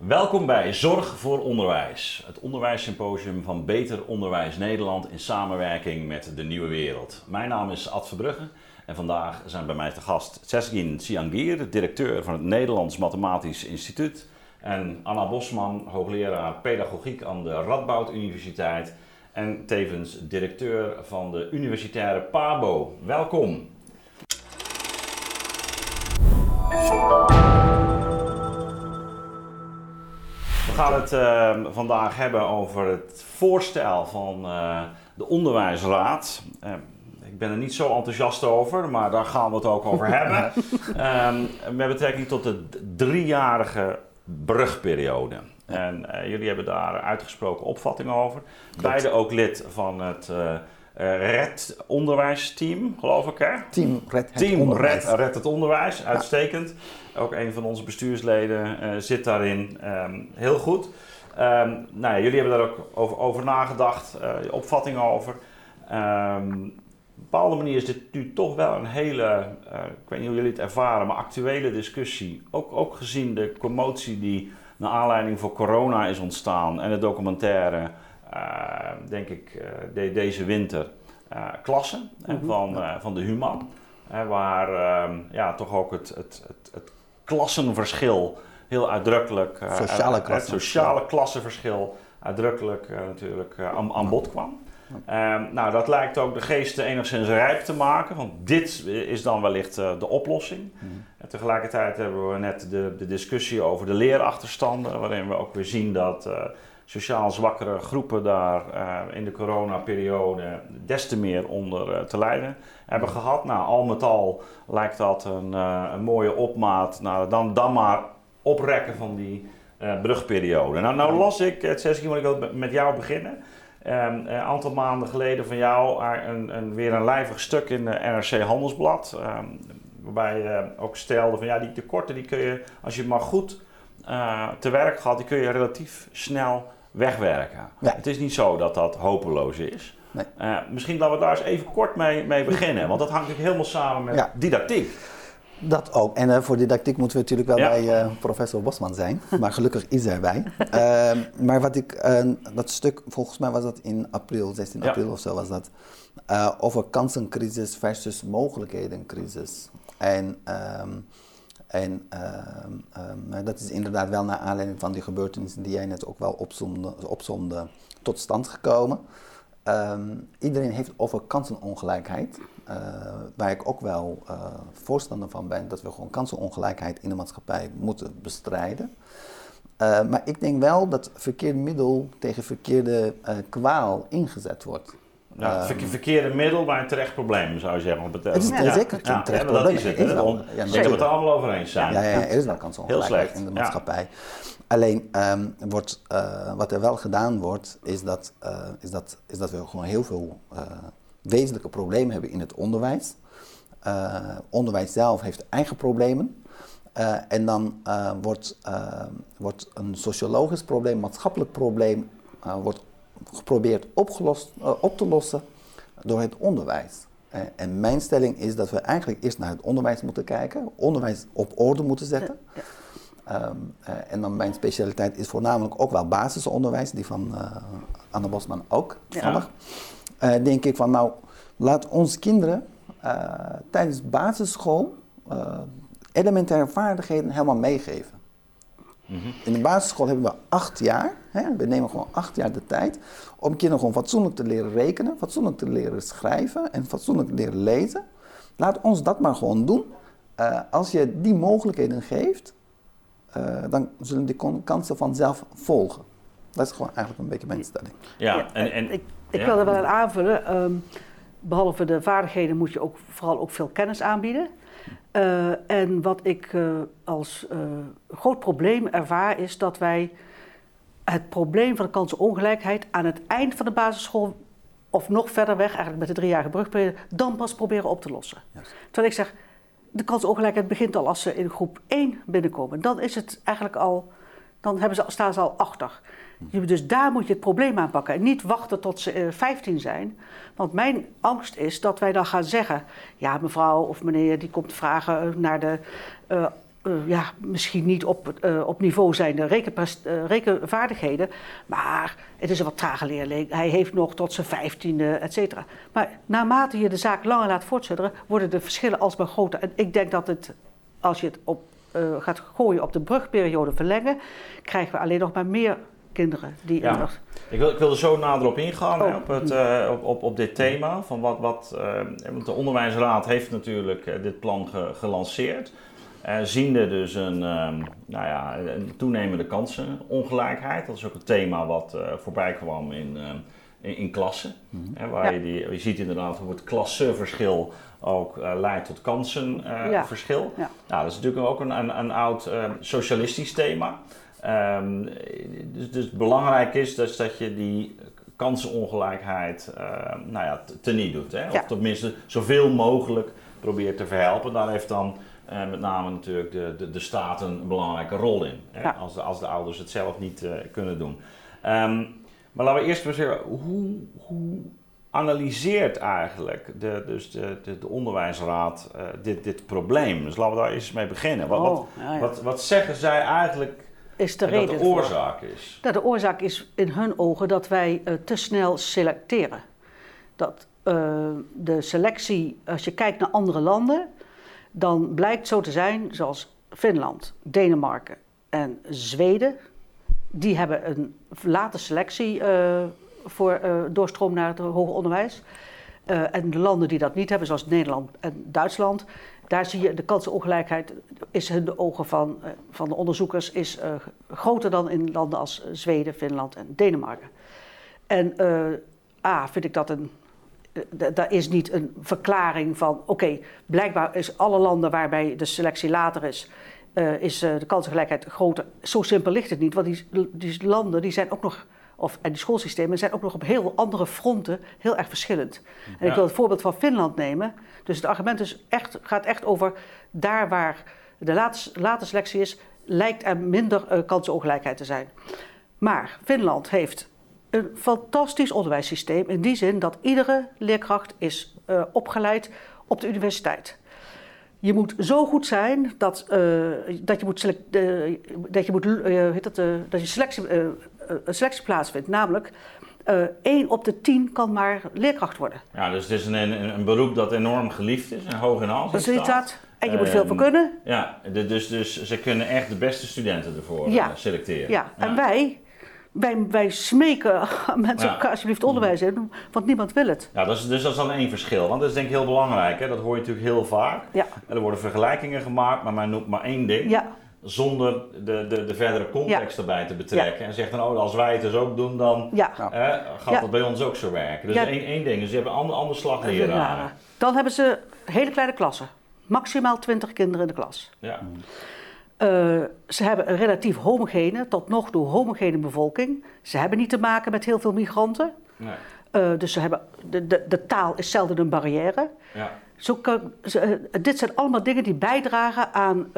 Welkom bij Zorg voor Onderwijs, het onderwijssymposium van Beter Onderwijs Nederland in samenwerking met De Nieuwe Wereld. Mijn naam is Ad Verbrugge en vandaag zijn bij mij te gast Sezgin Ciangir, directeur van het Nederlands Mathematisch Instituut, en Anna Bosman, hoogleraar pedagogiek aan de Radboud Universiteit en tevens directeur van de universitaire PABO. Welkom! We gaan het vandaag hebben over het voorstel van de Onderwijsraad. Ik ben er niet zo enthousiast over, maar daar gaan we het ook over hebben. Met betrekking tot de 3-jarige brugperiode. En jullie hebben daar uitgesproken opvattingen over. Beide ook lid van het RED onderwijsteam, geloof ik, hè? Team Red het onderwijs, uitstekend. Ook een van onze bestuursleden zit daarin. Heel goed. Jullie hebben daar ook over nagedacht, opvattingen over. Op een bepaalde manier is dit nu toch wel een hele, ik weet niet hoe jullie het ervaren, maar actuele discussie. Ook gezien de commotie die naar aanleiding van corona is ontstaan en de documentaire, denk ik, deze winter, klassen van de Human. Waar toch ook het klassenverschil heel uitdrukkelijk, het sociale klassenverschil uitdrukkelijk natuurlijk aan bod kwam. Dat lijkt ook de geesten enigszins rijp te maken, want dit is dan wellicht de oplossing. En tegelijkertijd hebben we net de discussie over de leerachterstanden, waarin we ook weer zien dat sociaal zwakkere groepen daar in de coronaperiode des te meer onder te lijden hebben gehad. Nou, al met al lijkt dat een mooie opmaat naar dan maar oprekken van die brugperiode. Nou las ik, Sezgin, moet ik ook met jou beginnen. Een aantal maanden geleden van jou weer een lijvig stuk in de NRC Handelsblad. Waarbij je ook stelde van die tekorten die kun je, als je het maar goed te werk gaat, die kun je relatief snel wegwerken. Ja. Het is niet zo dat dat hopeloos is. Nee. Misschien dat we daar eens even kort mee beginnen, want dat hangt natuurlijk helemaal samen met didactiek. Dat ook. En voor didactiek moeten we natuurlijk wel bij professor Bosman zijn. Maar gelukkig is hij erbij. Maar wat ik, dat stuk, volgens mij was dat in april, 16 april of zo was dat. Over kansencrisis versus mogelijkhedencrisis. Dat is inderdaad wel naar aanleiding van die gebeurtenissen die jij net ook wel opzomde tot stand gekomen. Iedereen heeft over kansenongelijkheid, waar ik ook wel voorstander van ben, dat we gewoon kansenongelijkheid in de maatschappij moeten bestrijden. Maar ik denk wel dat verkeerd middel tegen verkeerde kwaal ingezet wordt. Verkeerde middel, maar een terecht probleem, zou je zeggen. Het is zeker een terecht probleem. Dat is het. Ik denk dat we het er allemaal over eens zijn. Ja, er is wel kansenongelijkheid in de maatschappij. Alleen, wat er wel gedaan wordt, is dat we gewoon heel veel wezenlijke problemen hebben in het onderwijs. Onderwijs zelf heeft eigen problemen. En dan wordt een sociologisch probleem, maatschappelijk probleem, wordt geprobeerd op te lossen door het onderwijs. En mijn stelling is dat we eigenlijk eerst naar het onderwijs moeten kijken, onderwijs op orde moeten zetten. En dan mijn specialiteit is voornamelijk ook wel basisonderwijs, die van Anna Bosman ook toevallig. Denk ik van laat onze kinderen tijdens basisschool elementaire vaardigheden helemaal meegeven. In de basisschool hebben we 8 jaar, we nemen gewoon 8 jaar de tijd om kinderen gewoon fatsoenlijk te leren rekenen, fatsoenlijk te leren schrijven en fatsoenlijk te leren lezen. Laat ons dat maar gewoon doen. Als je die mogelijkheden geeft, dan zullen die kansen vanzelf volgen. Dat is gewoon eigenlijk een beetje mijn stelling. Ik wil er wel aan aanvullen. Behalve de vaardigheden moet je vooral ook veel kennis aanbieden. En wat ik als groot probleem ervaar is dat wij het probleem van de kansenongelijkheid aan het eind van de basisschool of nog verder weg, eigenlijk met de 3-jarige brugperiode, dan pas proberen op te lossen. Yes. Terwijl ik zeg, de kansenongelijkheid begint al als ze in groep 1 binnenkomen. Dan is het eigenlijk al, staan ze al achter. Dus daar moet je het probleem aanpakken en niet wachten tot ze 15 zijn. Want mijn angst is dat wij dan gaan zeggen, ja mevrouw of meneer die komt vragen naar de misschien niet op niveau zijn de rekenvaardigheden, maar het is een wat trage leerling. Hij heeft nog tot zijn 15e, et cetera. Maar naarmate je de zaak langer laat voortzetten, worden de verschillen alsmaar groter. En ik denk dat als je het gaat gooien op de brugperiode verlengen, krijgen we alleen nog maar meer kinderen die... Ik wil er zo nader op ingaan, op dit thema. Van want de Onderwijsraad heeft natuurlijk dit plan gelanceerd. Ziende dus een toenemende kansenongelijkheid. Dat is ook een thema wat voorbij kwam in klassen. Waar je ziet inderdaad hoe het klassenverschil ook leidt tot kansenverschil. Nou, dat is natuurlijk ook een oud socialistisch thema. Dus belangrijk is dus dat je die kansenongelijkheid teniet doet. Hè? Of tenminste zoveel mogelijk probeert te verhelpen. Daar heeft dan met name natuurlijk de staat een belangrijke rol in. Hè? Ja. Als de ouders het zelf niet kunnen doen. Maar laten we eerst maar zeggen, hoe analyseert eigenlijk de Onderwijsraad dit probleem? Dus laten we daar eens mee beginnen. Wat zeggen zij eigenlijk is de reden dat de oorzaak is? De oorzaak is in hun ogen dat wij te snel selecteren. Dat de selectie, als je kijkt naar andere landen, dan blijkt zo te zijn zoals Finland, Denemarken en Zweden. Die hebben een late selectie voor doorstroom naar het hoger onderwijs. En de landen die dat niet hebben, zoals Nederland en Duitsland, daar zie je de kansenongelijkheid is in de ogen van de onderzoekers is groter dan in landen als Zweden, Finland en Denemarken. En vind ik dat daar is niet een verklaring van, oké, blijkbaar is alle landen waarbij de selectie later is de kansengelijkheid groter. Zo simpel ligt het niet, want die landen die zijn ook nog, en die schoolsystemen zijn ook nog op heel veel andere fronten heel erg verschillend. En ik wil het voorbeeld van Finland nemen. Dus het argument gaat echt over daar waar de late selectie is, lijkt er minder kansenongelijkheid te zijn. Maar Finland heeft een fantastisch onderwijssysteem in die zin dat iedere leerkracht is opgeleid op de universiteit. Je moet zo goed zijn dat een selectie plaatsvindt. Namelijk 1 op de 10 kan maar leerkracht worden. Ja, dus het is een beroep dat enorm geliefd is en hoog in aanzien staat. En je moet veel voor kunnen. Ja, dus ze kunnen echt de beste studenten ervoor selecteren. Ja, en wij smeken mensen alsjeblieft onderwijs in, want niemand wil het. Ja, dat is dan één verschil, want dat is denk ik heel belangrijk. Hè? Dat hoor je natuurlijk heel vaak. Ja. Er worden vergelijkingen gemaakt, maar men noemt maar één ding. Ja. Zonder de verdere context erbij te betrekken. En zegt dan, als wij het dus ook doen, dan gaat dat bij ons ook zo werken. Dus één ding, dus je hebt een ander slagleraren. Dan hebben ze hele kleine klassen. Maximaal 20 kinderen in de klas. Ja. Ze hebben een relatief homogene, tot nog toe homogene bevolking. Ze hebben niet te maken met heel veel migranten. Nee. Dus ze hebben, de taal is zelden een barrière. Ja. Dit zijn allemaal dingen die bijdragen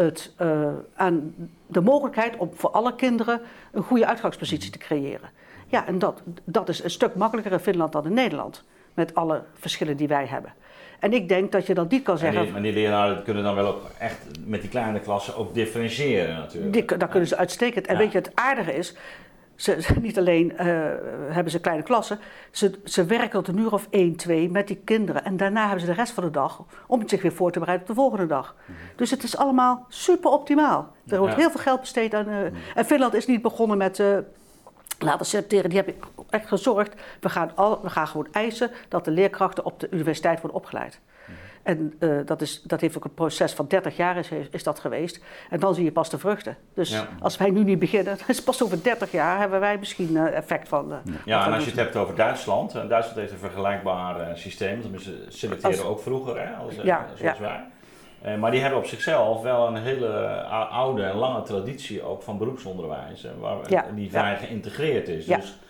aan de mogelijkheid om voor alle kinderen een goede uitgangspositie te creëren. Ja, en dat is een stuk makkelijker in Finland dan in Nederland. Met alle verschillen die wij hebben. En ik denk dat je dan niet kan zeggen... Maar die leraren kunnen dan wel ook echt met die kleine klassen ook differentiëren natuurlijk. Dat kunnen ze uitstekend. En weet je, het aardige is... niet alleen hebben ze kleine klassen, ze werken tot een uur of 1, 2 met die kinderen. En daarna hebben ze de rest van de dag om zich weer voor te bereiden op de volgende dag. Dus het is allemaal super optimaal. Er wordt heel veel geld besteed aan... En Finland is niet begonnen met... laten selecteren, die hebben echt gezorgd. We gaan gewoon eisen dat de leerkrachten op de universiteit worden opgeleid. En dat heeft ook een proces van 30 jaar is dat geweest. En dan zie je pas de vruchten. Dus als wij nu niet beginnen, is pas over 30 jaar hebben wij misschien effect van... en als je het hebt over Duitsland. Duitsland heeft een vergelijkbaar systeem. Tenminste, selecteren ook vroeger, zoals wij. Maar die hebben op zichzelf wel een hele oude en lange traditie ook van beroepsonderwijs. Die vrij geïntegreerd is. Ja. Dus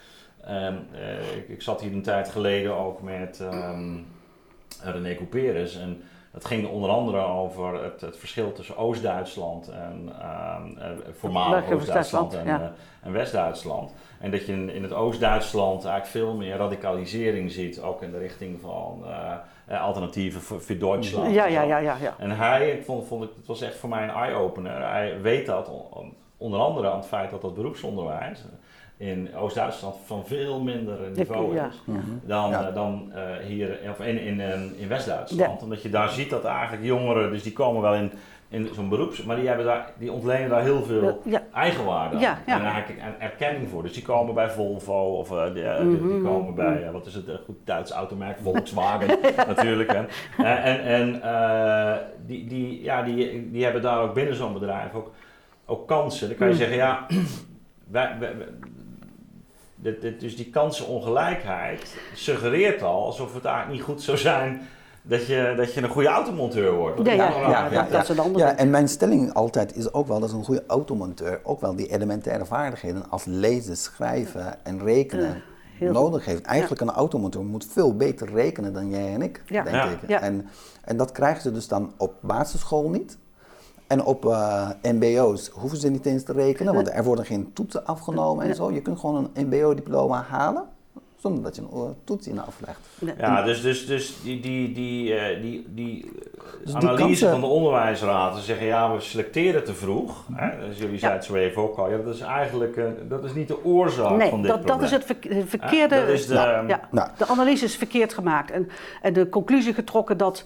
ik zat hier een tijd geleden ook met René Couperus. En Dat ging onder andere over het verschil tussen Oost-Duitsland en voormalig Oost-Duitsland en West-Duitsland. En dat je in het Oost-Duitsland eigenlijk veel meer radicalisering ziet, ook in de richting van alternatieven voor Duitsland. Ja. En hij, het was echt voor mij een eye-opener. Hij weet dat onder andere aan het feit dat dat beroepsonderwijs in Oost-Duitsland van veel minder niveau is dan hier of in West-Duitsland. Omdat je daar ziet dat eigenlijk jongeren, dus die komen wel in zo'n beroeps, maar die ontlenen daar heel veel eigenwaarde aan. En eigenlijk erkenning voor. Dus die komen bij Volvo of die komen bij, wat is het, goed Duits automerk, Volkswagen natuurlijk. Die hebben daar ook binnen zo'n bedrijf ook kansen. Dan kan je zeggen, dus die kansenongelijkheid suggereert al alsof het eigenlijk niet goed zou zijn dat je een goede automonteur wordt. Dat is een andere. Ja, en mijn stelling altijd is ook wel dat een goede automonteur ook wel die elementaire vaardigheden als lezen, schrijven en rekenen nodig heeft. Eigenlijk een automonteur moet veel beter rekenen dan jij en ik, denk ik. Ja. En dat krijgen ze dus dan op basisschool niet. En op mbo's hoeven ze niet eens te rekenen, want er worden geen toetsen afgenomen en zo. Je kunt gewoon een mbo-diploma halen, zonder dat je een toets in aflegt. Ja, dus die analyse van de onderwijsraad, ze zeggen we selecteren te vroeg. Hè? Dus jullie zeiden het zo even ook al, dat is eigenlijk dat is niet de oorzaak van dit probleem. Dat is het verkeerde, dat is de analyse is verkeerd gemaakt. En de conclusie getrokken dat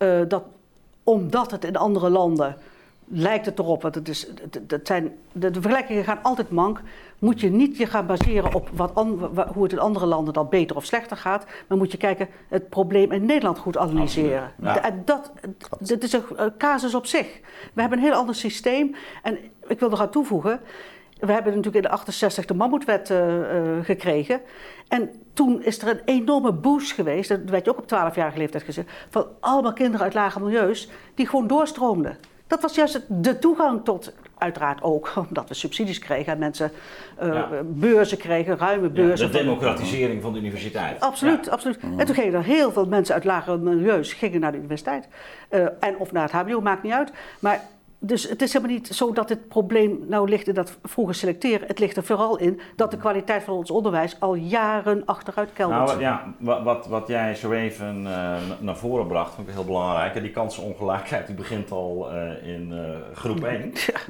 omdat het in andere landen lijkt het erop, want de vergelijkingen gaan altijd mank, moet je niet je gaan baseren op hoe het in andere landen dan beter of slechter gaat, maar moet je kijken het probleem in Nederland goed analyseren. Ja. En dat is een casus op zich. We hebben een heel ander systeem en ik wil er aan toevoegen, we hebben natuurlijk in de 68 de Mammoetwet gekregen en toen is er een enorme boost geweest, dat werd je ook op 12-jarige leeftijd gezegd, van allemaal kinderen uit lage milieus die gewoon doorstroomden. Dat was juist de toegang tot, uiteraard ook, omdat we subsidies kregen en mensen beurzen kregen, ruime beurzen. De democratisering van de universiteit. Absoluut. En toen gingen er heel veel mensen uit lagere milieus naar de universiteit. Of naar het hbo, maakt niet uit. Maar dus het is helemaal niet zo dat het probleem nou ligt in dat vroege selecteren. Het ligt er vooral in dat de kwaliteit van ons onderwijs al jaren achteruit keldert. Wat jij zo even naar voren bracht, vond ik heel belangrijk. Die kansenongelijkheid die begint al in groep 1.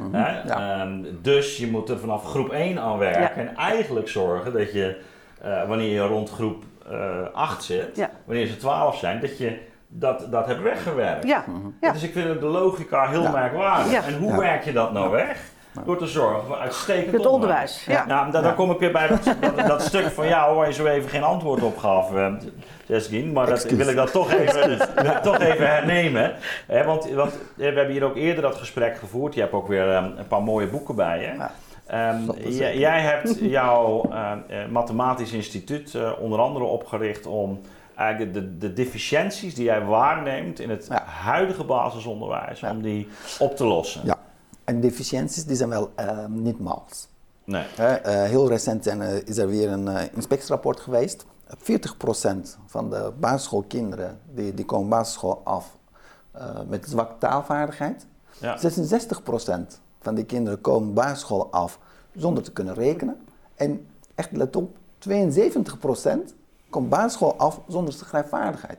Dus je moet er vanaf groep 1 aan werken. En eigenlijk zorgen dat je, wanneer je rond groep 8 zit, wanneer ze 12 zijn, dat je dat hebt weggewerkt. Dus ik vind de logica heel merkwaardig. En hoe werk je dat nou weg? Door te zorgen voor uitstekend onderwijs. Dan kom ik weer bij dat stuk van jou waar je zo even geen antwoord op gaf, Jesgien. Maar dat wil ik dan toch even hernemen. Want we hebben hier ook eerder dat gesprek gevoerd. Je hebt ook weer een paar mooie boeken bij je. Jij hebt jouw mathematisch instituut onder andere opgericht om eigenlijk de deficiënties die jij waarneemt in het huidige basisonderwijs, om die op te lossen. Ja, en deficiënties die zijn wel niet mals. Nee. Heel recent is er weer een inspectierapport geweest. 40% van de basisschoolkinderen die komen basisschool af met zwakke taalvaardigheid. 66% van die kinderen komen basisschool af zonder te kunnen rekenen. En echt let op, 72% komt basisschool af zonder schrijfvaardigheid.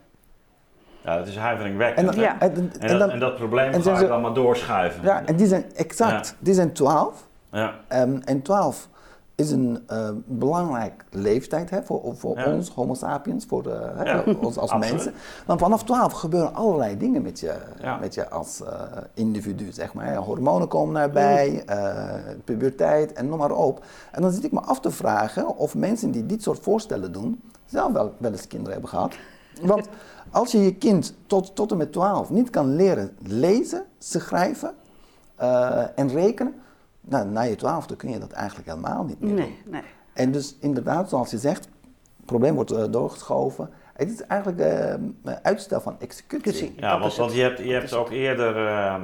Ja, dat is huiveringwekkend. En dat probleem ga je dan maar doorschuiven. Ja, en die zijn exact, die zijn 12. Ja. En 12 is een belangrijk leeftijd voor ons, homo sapiens, voor ons als mensen. Want vanaf 12 gebeuren allerlei dingen met je als individu, zeg maar. Hormonen komen erbij, puberteit en noem maar op. En dan zit ik me af te vragen of mensen die dit soort voorstellen doen, zelf wel eens kinderen hebben gehad. Want als je je kind tot en met 12 niet kan leren lezen, schrijven en rekenen, na je 12e kun je dat eigenlijk helemaal niet meer doen. Nee. En dus inderdaad, zoals je zegt, het probleem wordt doorgeschoven. Het is eigenlijk uitstel van executie. Ja, want je hebt ook eerder,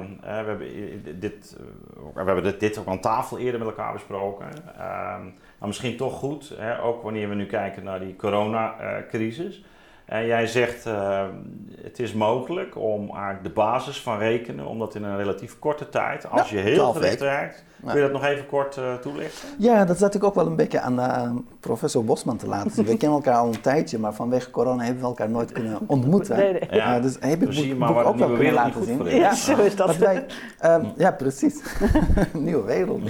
we hebben dit ook aan tafel eerder met elkaar besproken. Maar misschien toch goed, ook wanneer we nu kijken naar die coronacrisis. En jij zegt, het is mogelijk om eigenlijk de basis van rekenen, om dat in een relatief korte tijd, als je heel gericht werkt. Kun je dat nog even kort toelichten? Ja, dat zat ik ook wel een beetje aan professor Bosman te laten zien. We kennen elkaar al een tijdje, maar vanwege corona hebben we elkaar nooit kunnen ontmoeten. Nee. Ja, dus heb ik boek ook wel kunnen laten zien. Ja, zo is dat. Ja, precies. Nieuwe wereld.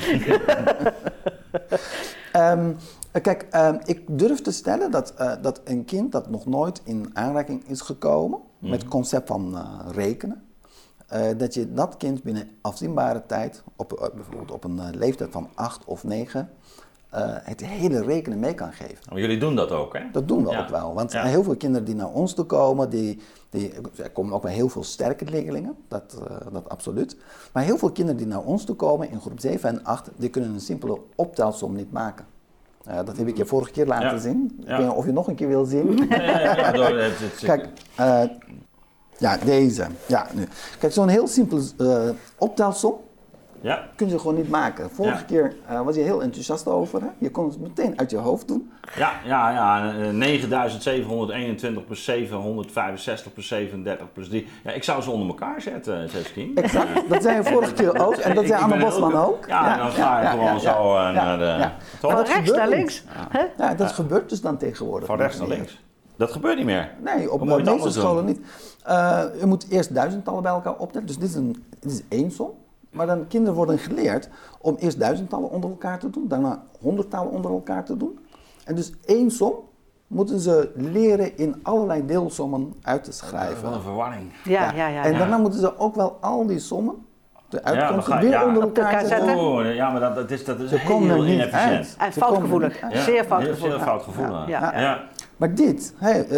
Kijk, ik durf te stellen dat een kind dat nog nooit in aanraking is gekomen met het concept van rekenen, dat je dat kind binnen afzienbare tijd, bijvoorbeeld op een leeftijd van 8 of 9, het hele rekenen mee kan geven. Maar jullie doen dat ook, hè? Dat doen we ook wel, want heel veel kinderen die naar ons toe komen, er komen ook wel heel veel sterke leerlingen, dat absoluut. Maar heel veel kinderen die naar ons toe komen in groep 7 en 8, die kunnen een simpele optelsom niet maken. Dat heb ik je vorige keer laten zien. Ik weet niet of je nog een keer wil zien. Kijk, deze. Ja, nu. Kijk, zo'n heel simpele optelsom kun je gewoon niet maken. Vorige keer was je heel enthousiast over. Hè? Je kon het meteen uit je hoofd doen. 9721 plus 765 plus 37 plus 3. Ja, ik zou ze onder elkaar zetten, Zeskin. Exact, dat zei je vorige keer ook. En dat zei Anne Bosman ook. Ja, en dan ga je gewoon zo naar de... Van rechts naar links. Ja, dat gebeurt dus dan tegenwoordig. Van rechts naar links. Dat gebeurt niet meer. Nee, op de meeste scholen niet. Je moet eerst duizendtallen bij elkaar optellen. Dus dit is één som. Maar dan kinderen worden geleerd om eerst duizendtallen onder elkaar te doen. Daarna honderdtallen onder elkaar te doen. En dus één som moeten ze leren in allerlei deelsommen uit te schrijven. Wat een verwarring. Ja. En daarna moeten ze ook wel al die sommen, de uitkomsten, weer onder elkaar zetten. Ja, maar dat is heel inefficiënt. En foutgevoelig. Zeer foutgevoelig. Zeer foutgevoelig. Maar dit,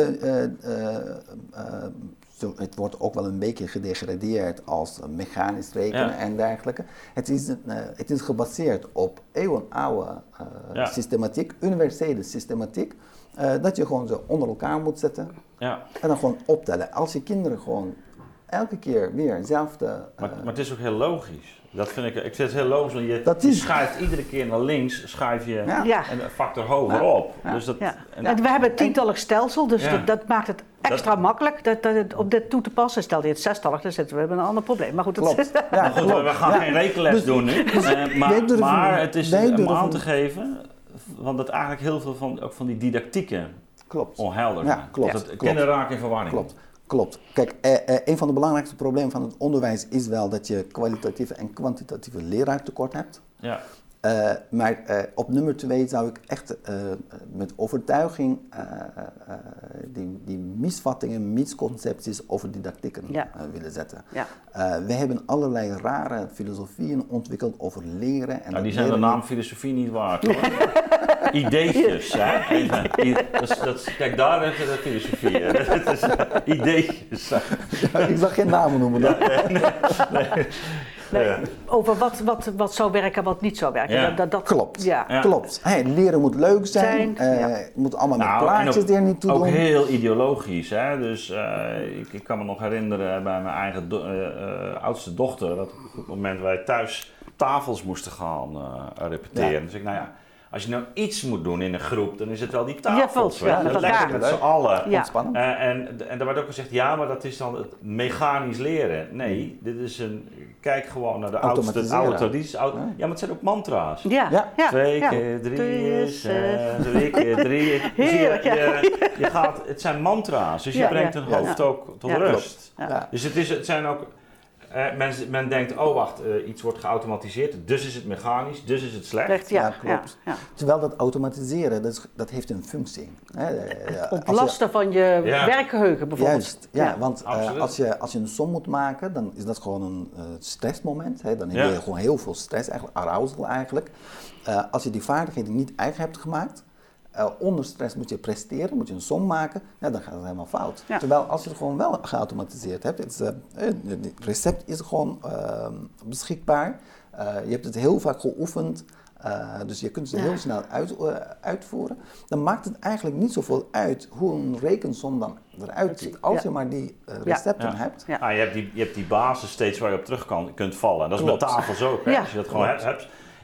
het wordt ook wel een beetje gedegradeerd als mechanisch rekenen en dergelijke. Het is gebaseerd op eeuwenoude systematiek, universele systematiek, dat je gewoon ze onder elkaar moet zetten en dan gewoon optellen. Als je kinderen gewoon elke keer weer hetzelfde... Maar het is ook heel logisch. Dat vind ik vind het heel logisch, want je schuift iedere keer naar links, schuif je een factor hoger op. Dus dat, en we hebben een tientallig stelsel, dus dat maakt het extra makkelijk om dit toe te passen. Stel je het zestallig, dan zitten we met een ander probleem. Maar goed, we gaan geen rekenles doen nu. Maar het is om aan te geven, want dat eigenlijk heel veel van die didactieken onhelder zijn. Kinderen raken in verwarring. Klopt. Kijk, een van de belangrijkste problemen van het onderwijs is wel dat je kwalitatieve en kwantitatieve leraartekort hebt. Ja. Maar op nummer 2 zou ik echt met overtuiging die misvattingen, misconcepties over didactieken willen zetten. Ja. We hebben allerlei rare filosofieën ontwikkeld over leren. En die zijn de naam filosofie niet waard, hoor. Ideetjes, hè? Kijk, daar heb je de filosofie. Dat is ideetjes. Ik zal geen namen noemen. Nee, over wat zou werken en wat niet zou werken. Dat klopt. Klopt. Hey, leren moet leuk zijn. Moet allemaal met plaatjes er niet toe doen. Ook heel ideologisch. Hè? Dus ik kan me nog herinneren bij mijn eigen oudste dochter, dat op het moment wij thuis tafels moesten gaan repeteren. Dus ik, als je nou iets moet doen in een groep, dan is het wel die tafels. Lekker met z'n allen. Ontspannen. En er werd ook gezegd, maar dat is dan het mechanisch leren. Nee, dit is kijk gewoon naar de oude tradities. Ja, maar het zijn ook mantra's. 2 keer 3 is 3 keer 3. Het zijn mantra's, dus je brengt een hoofd ook tot rust. Dus het zijn ook... Men denkt, iets wordt geautomatiseerd, dus is het mechanisch, dus is het slecht. Klopt. Ja. Terwijl dat automatiseren, dat heeft een functie. Ontlasten van je werkgeheugen bijvoorbeeld. Juist, want als je een som moet maken, dan is dat gewoon een stressmoment. Dan heb je gewoon heel veel stress, eigenlijk, arousal eigenlijk. Als je die vaardigheden niet eigen hebt gemaakt, onder stress moet je presteren, moet je een som maken, dan gaat het helemaal fout. Ja. Terwijl als je het gewoon wel geautomatiseerd hebt, het recept is gewoon beschikbaar, je hebt het heel vaak geoefend, dus je kunt het heel snel uitvoeren, dan maakt het eigenlijk niet zoveel uit hoe een rekensom dan eruit ziet, als je maar die recepten hebt. Je hebt die basis steeds waar je op terug kunt vallen, dat is met tafels ook, hè? Als je dat gewoon hebt.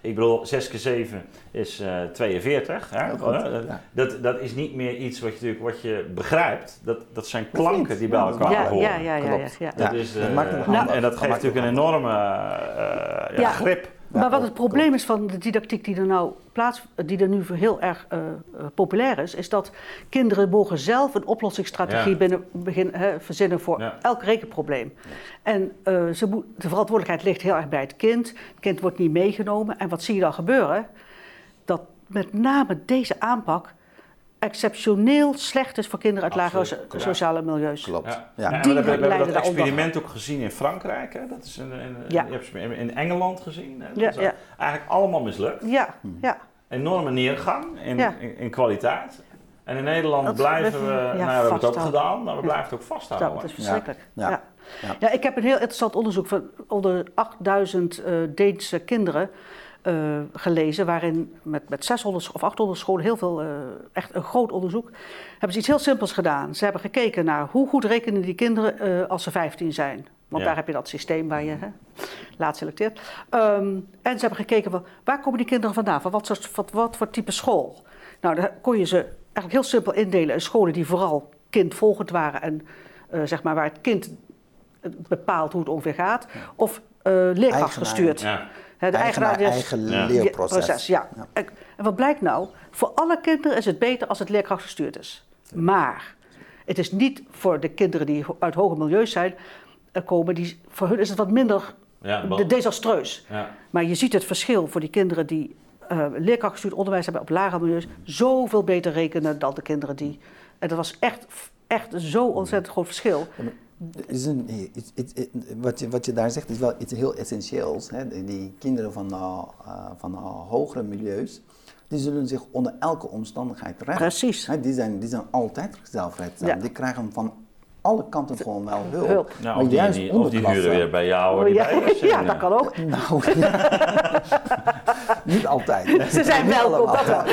ik bedoel, 6 keer 7 is 42. Hè? Dat is niet meer iets wat je begrijpt. Dat zijn klanken die bij elkaar horen. Ja. Dat is, en dat geeft natuurlijk een enorme grip. Maar wat het probleem is van de didactiek die er nu heel erg populair is dat kinderen mogen zelf een oplossingsstrategie verzinnen voor elk rekenprobleem. En de verantwoordelijkheid ligt heel erg bij het kind. Het kind wordt niet meegenomen. En wat zie je dan gebeuren? Dat met name deze aanpak exceptioneel slecht is voor kinderen uit lagere sociale milieus. Klopt. We hebben dat experiment ook gezien in Frankrijk. Hè? Dat is je hebt in Engeland gezien. Hè? Dat is eigenlijk allemaal mislukt. Enorme neergang in kwaliteit. En in Nederland blijven we, we hebben het ook gedaan, maar we blijven het ook vasthouden. Dat is verschrikkelijk. Ja, ik heb een heel interessant onderzoek van onder 8000 Deense kinderen gelezen, waarin met 600 of 800 scholen heel veel, echt een groot onderzoek, hebben ze iets heel simpels gedaan. Ze hebben gekeken naar hoe goed rekenen die kinderen als ze 15 zijn. Want daar heb je dat systeem waar je laat selecteert. En ze hebben gekeken van waar komen die kinderen vandaan? Van wat voor type school? Nou, dan kon je ze eigenlijk heel simpel indelen in scholen die vooral kindvolgend waren en zeg maar waar het kind bepaalt hoe het ongeveer gaat. Of leerkrachtgestuurd. De eigen leerproces. En wat blijkt nou? Voor alle kinderen is het beter als het leerkrachtgestuurd is. Maar het is niet voor de kinderen die uit hoge milieus zijn komen, voor hun is het wat minder desastreus. Ja. Maar je ziet het verschil voor die kinderen die leerkrachtgestuurd onderwijs hebben op lagere milieus zoveel beter rekenen dan de kinderen die. En dat was echt zo'n ontzettend groot verschil. Wat je daar zegt is wel iets heel essentieels. Hè? Die kinderen van hogere milieus, die zullen zich onder elke omstandigheid redden. Precies. Die zijn altijd zelfredzaam. Ja. Die krijgen van alle kanten gewoon wel hulp. Nou, of die huren weer bij jou. Ja, dat kan ook. Nou, niet altijd. Ze zijn welkom.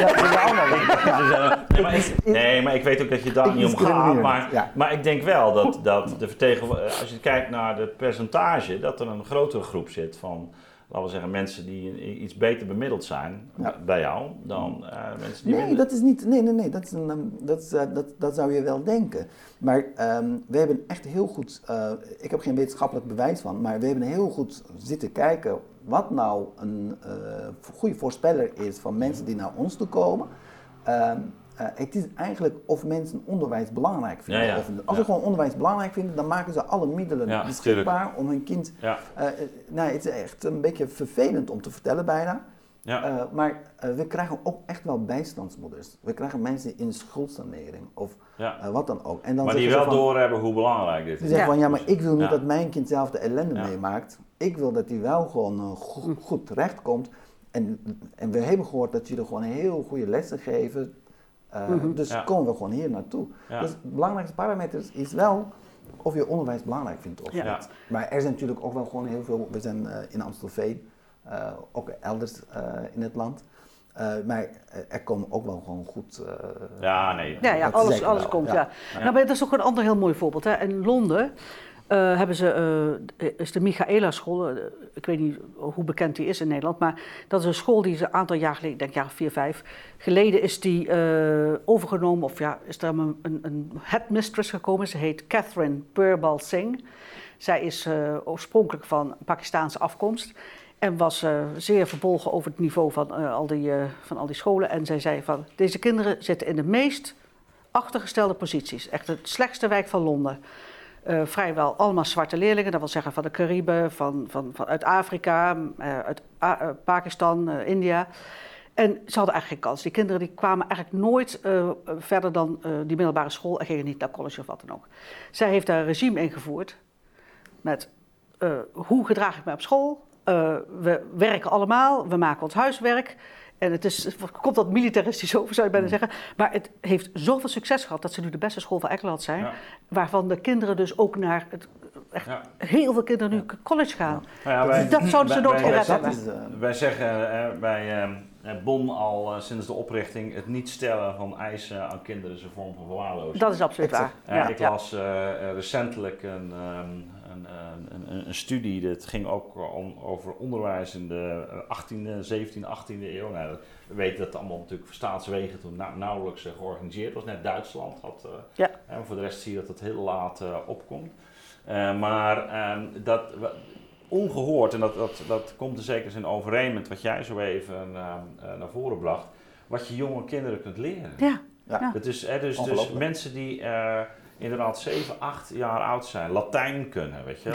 Maar ik weet ook dat je daar niet om gaat. Maar ik denk wel dat als je kijkt naar het percentage, dat er een grotere groep zit van, laten we zeggen, mensen die iets beter bemiddeld zijn bij jou dan mensen die minder. Dat is niet. Nee. Dat zou je wel denken. Maar we hebben echt heel goed. Ik heb geen wetenschappelijk bewijs van, maar we hebben heel goed zitten kijken wat nou een goede voorspeller is van mensen die naar ons toe komen. Het is eigenlijk of mensen onderwijs belangrijk vinden. Als ze gewoon onderwijs belangrijk vinden, dan maken ze alle middelen beschikbaar om hun kind. Het is echt een beetje vervelend om te vertellen bijna. Maar we krijgen ook echt wel bijstandsmoeders. We krijgen mensen in schuldsanering of wat dan ook. En dan maar die wel doorhebben hoe belangrijk dit is. Die zeggen van maar ik wil niet dat mijn kind zelf de ellende meemaakt. Ik wil dat hij wel gewoon goed terechtkomt. En we hebben gehoord dat jullie gewoon heel goede lessen geven. Dus komen we gewoon hier naartoe. Dus het belangrijkste parameter is wel of je onderwijs belangrijk vindt of niet. Maar er zijn natuurlijk ook wel gewoon heel veel. We zijn in Amstelveen, ook elders in het land. Maar er komen ook wel gewoon goed. Alles komt. Nou, maar dat is ook een ander heel mooi voorbeeld. Hè. In Londen hebben ze, is de Michaela school, ik weet niet hoe bekend die is in Nederland, maar dat is een school die ze een aantal jaar geleden, ik denk jaar 4, 5 geleden, is die overgenomen, of is er een headmistress gekomen. Ze heet Catherine Birbal Singh. Zij is oorspronkelijk van Pakistaanse afkomst en was zeer verbolgen over het niveau van al die scholen. En zij zei van, deze kinderen zitten in de meest achtergestelde posities. Echt het slechtste wijk van Londen. Vrijwel allemaal zwarte leerlingen, dat wil zeggen van de Cariben, uit Afrika, uit Pakistan, India. En ze hadden eigenlijk geen kans. Die kinderen die kwamen eigenlijk nooit verder dan die middelbare school en gingen niet naar college of wat dan ook. Zij heeft daar een regime ingevoerd met hoe gedraag ik me op school. We werken allemaal, we maken ons huiswerk. En het komt wat militaristisch over, zou je bijna zeggen. Maar het heeft zoveel succes gehad dat ze nu de beste school van Engeland zijn. Ja. Waarvan de kinderen dus ook naar heel veel kinderen nu college gaan. Dat zouden ze nooit gered hebben. Wij zeggen bij Bonn al sinds de oprichting het niet stellen van eisen aan kinderen is een vorm van verwaarlozing. Dat is absoluut waar. Ik las recentelijk een een studie, dat ging ook over onderwijs in de 18e 18e eeuw. Nou, we weten dat het allemaal natuurlijk voor staatswegen toen nauwelijks georganiseerd was. Net Duitsland had, voor de rest zie je dat het heel laat opkomt. Maar dat ongehoord, en dat komt er zeker in overeen met wat jij zo even naar voren bracht, wat je jonge kinderen kunt leren. Ja. Het is, dus mensen die inderdaad 7, 8 jaar oud zijn, Latijn kunnen, weet je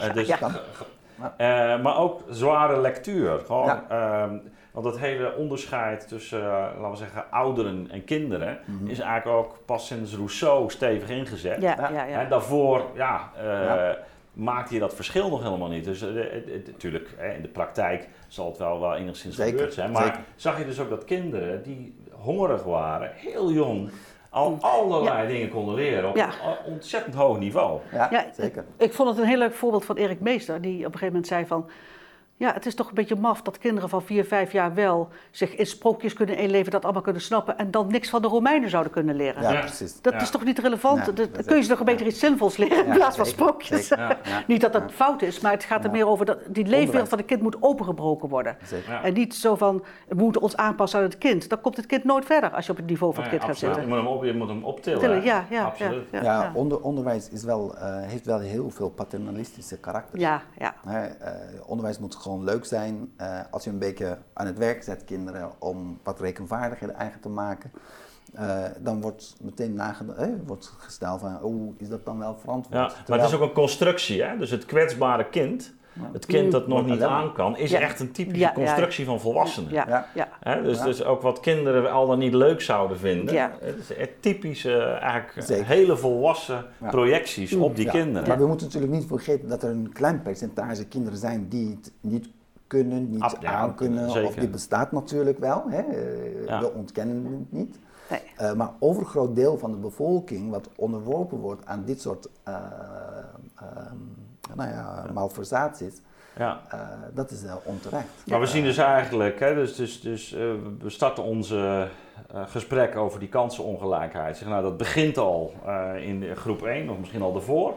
wel. Maar ook zware lectuur. Gewoon, want het hele onderscheid tussen, laten we zeggen, ouderen en kinderen is eigenlijk ook pas sinds Rousseau stevig ingezet. Daarvoor, maakte je dat verschil nog helemaal niet. Dus natuurlijk, in de praktijk zal het wel enigszins gebeurd zijn. Maar zag je dus ook dat kinderen die hongerig waren, heel jong, al allerlei dingen konden leren op een ontzettend hoog niveau. Ja, zeker. Ik vond het een heel leuk voorbeeld van Erik Meester, die op een gegeven moment zei van, ja, het is toch een beetje maf dat kinderen van 4, 5 jaar wel zich in sprookjes kunnen inleven, dat allemaal kunnen snappen en dan niks van de Romeinen zouden kunnen leren. Ja, precies. Dat is toch niet relevant? Dan kun je ze toch een beetje iets zinvols leren in plaats van sprookjes. Niet dat dat fout is, maar het gaat er meer over dat die leefwereld van het kind moet opengebroken worden. En niet zo van, we moeten ons aanpassen aan het kind. Dan komt het kind nooit verder als je op het niveau van het kind gaat zitten. Je moet hem optillen. Absoluut. Onderwijs is heeft wel heel veel paternalistische karakters. Onderwijs moet gewoon leuk zijn als je een beetje aan het werk zet kinderen om wat rekenvaardigheden eigen te maken. Dan wordt meteen wordt gesteld van, is dat dan wel verantwoord? Ja, maar het is ook een constructie, hè? Dus het kwetsbare kind, het kind dat nog niet aan kan, is echt een typische constructie van volwassenen. Dus ook wat kinderen al dan niet leuk zouden vinden, het is typische, eigenlijk hele volwassen projecties op die kinderen. Maar we moeten natuurlijk niet vergeten dat er een klein percentage kinderen zijn die het niet kunnen, niet aankunnen, of die bestaat natuurlijk wel. We ontkennen het niet. Nee. Maar overgroot deel van de bevolking wat onderworpen wordt aan dit soort malversaties, dat is onterecht. Maar we zien dus eigenlijk, we starten onze gesprek over die kansenongelijkheid. Zeg, dat begint al in groep 1 of misschien al daarvoor.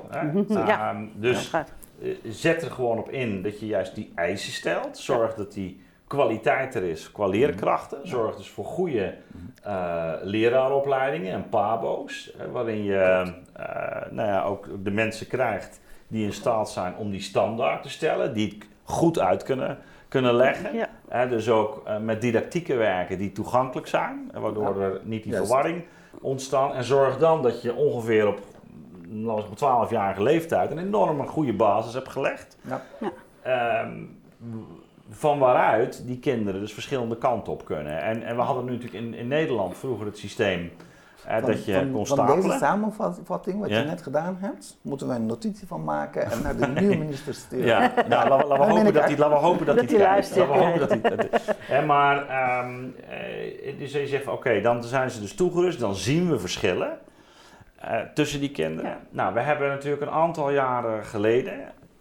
Zet er gewoon op in dat je juist die eisen stelt. Zorg dat die kwaliteit er is qua leerkrachten. Zorg dus voor goede leraaropleidingen en pabo's. Waarin je ook de mensen krijgt die in staat zijn om die standaard te stellen. Die het goed uit kunnen leggen. Dus ook met didactieken werken die toegankelijk zijn. Waardoor er niet die verwarring ontstaan. En zorg dan dat je ongeveer op 12-jarige leeftijd een enorme goede basis hebt gelegd. Van waaruit die kinderen dus verschillende kanten op kunnen. En we hadden nu natuurlijk in Nederland vroeger het systeem dat je kon stapelen. Van deze samenvatting wat je net gedaan hebt, moeten we een notitie van maken en naar de nieuwe minister sturen. Laten we hopen dat hij luistert. Maar dus je zegt, oké, dan zijn ze dus toegerust, dan zien we verschillen tussen die kinderen. Nou, we hebben natuurlijk een aantal jaren geleden,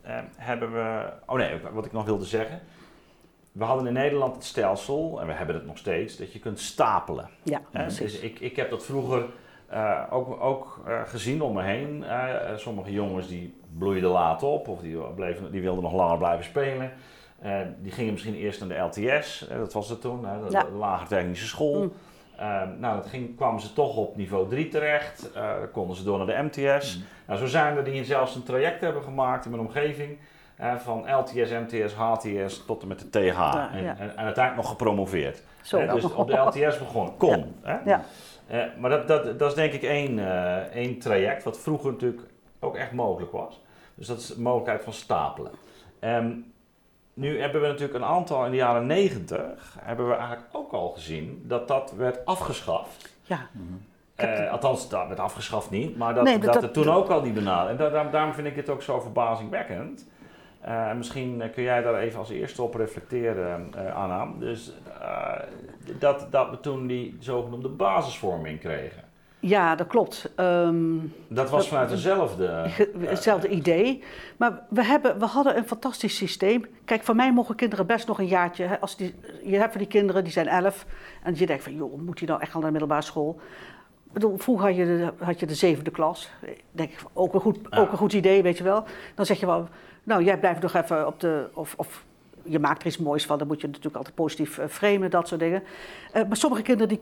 wat ik nog wilde zeggen. We hadden in Nederland het stelsel, en we hebben het nog steeds, dat je kunt stapelen. Dus ik heb dat vroeger ook gezien om me heen. Sommige jongens die bloeiden laat op, of die wilden nog langer blijven spelen. Die gingen misschien eerst naar de LTS, dat was het toen, de lagere technische school. Kwamen ze toch op niveau 3 terecht, konden ze door naar de MTS. Zo zijn er die zelfs een traject hebben gemaakt in mijn omgeving. Van LTS, MTS, HTS tot en met de TH. En uiteindelijk nog gepromoveerd. Dus op de LTS begonnen. Maar dat is denk ik één traject wat vroeger natuurlijk ook echt mogelijk was. Dus dat is de mogelijkheid van stapelen. Nu hebben we natuurlijk een aantal in de jaren 90 hebben we eigenlijk ook al gezien dat werd afgeschaft. Althans, dat werd afgeschaft niet, maar dat er toen ook al die benadering. En daarom vind ik het ook zo verbazingwekkend. Misschien kun jij daar even als eerste op reflecteren, Anna. Dus dat we toen die zogenoemde basisvorming kregen. Ja, dat klopt. Dat was vanuit hetzelfde idee. Maar we hadden een fantastisch systeem. Kijk, van mij mogen kinderen best nog een jaartje. Hè, je hebt van die kinderen, die zijn 11. En je denkt van, joh, moet die nou echt al naar de middelbare school? Vroeger had je de 7e klas. Denk ik, ook een goed idee, weet je wel. Dan zeg je wel, nou jij blijft nog even op de... Of je maakt er iets moois van, dan moet je natuurlijk altijd positief framen, dat soort dingen. Maar sommige kinderen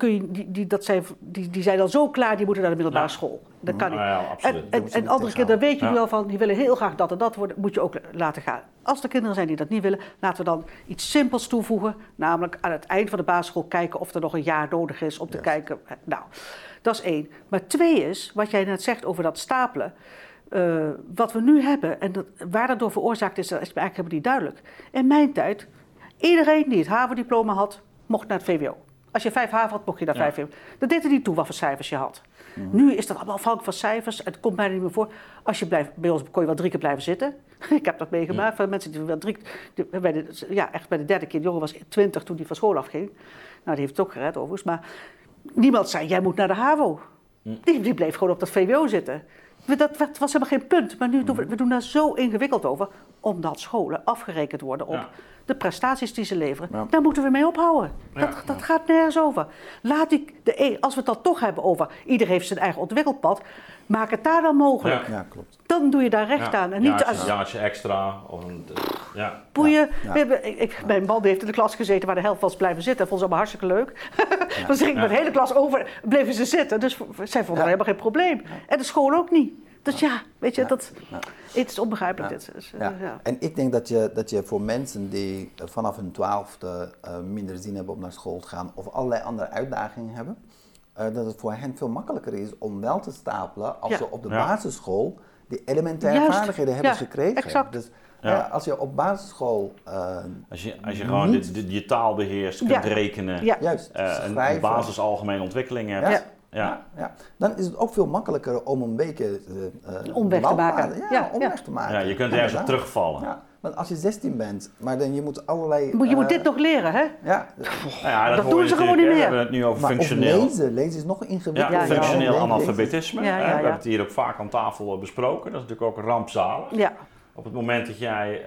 die zijn al zo klaar, die moeten naar de middelbare school. Dat kan niet. Ja, absoluut. En andere kinderen weet je wel van, die willen heel graag dat en dat worden, moet je ook laten gaan. Als er kinderen zijn die dat niet willen, laten we dan iets simpels toevoegen. Namelijk aan het eind van de basisschool kijken of er nog een jaar nodig is om te kijken. Nou, dat is 1. Maar 2 is, wat jij net zegt over dat stapelen. Wat we nu hebben en waar dat door veroorzaakt is, dat is me eigenlijk helemaal niet duidelijk. In mijn tijd, iedereen die het HAVO-diploma had, mocht naar het VWO. Als je 5 HAVO had, mocht je naar 5 VWO. Dat deed er niet toe wat voor cijfers je had. Nu is dat allemaal afhankelijk van cijfers. Het komt bijna niet meer voor. Als je bij ons kon je wel 3 keer blijven zitten. Ik heb dat meegemaakt van mensen die wel echt bij de 3e keer. De jongen was 20 toen hij van school afging. Nou, die heeft het ook gered overigens. Maar niemand zei, jij moet naar de HAVO. Die bleef gewoon op dat VWO zitten. Dat was helemaal geen punt, maar nu we doen daar zo ingewikkeld over, omdat scholen afgerekend worden op de prestaties die ze leveren. Ja. Daar moeten we mee ophouden. Dat gaat nergens over. Als we het dan toch hebben over, ieder heeft zijn eigen ontwikkelpad, maak het daar dan mogelijk. Ja, klopt. Dan doe je daar recht aan. En niet een jaartje extra. Of boeien. Mijn man heeft in de klas gezeten waar de helft was blijven zitten. Dat vond ze allemaal hartstikke leuk. Dan ging ik met de hele klas over, bleven ze zitten. Dus zij vonden er helemaal geen probleem. En de school ook niet. Dus weet je, het is onbegrijpelijk. Ja. Dit. Dus, En ik denk dat je voor mensen die vanaf hun 12e minder zin hebben om naar school te gaan of allerlei andere uitdagingen hebben, dat het voor hen veel makkelijker is om wel te stapelen als ze op de basisschool die elementaire vaardigheden hebben gekregen. Exact. Dus als je op basisschool als je gewoon je taal beheerst, kunt rekenen, een basis algemene ontwikkeling hebt. Ja. Dan is het ook veel makkelijker om een beetje omweg te maken. Omweg te maken. Ja, je kunt ergens op terugvallen. Ja. Want als je 16 bent, maar dan je moet allerlei... Je moet dit nog leren, hè? Dat doen ze gewoon niet meer. We hebben het nu over functioneel... Lezen is nog ingewikkelder. Functioneel analfabetisme. We hebben het hier ook vaak aan tafel besproken. Dat is natuurlijk ook rampzalig. Ja. Op het moment dat jij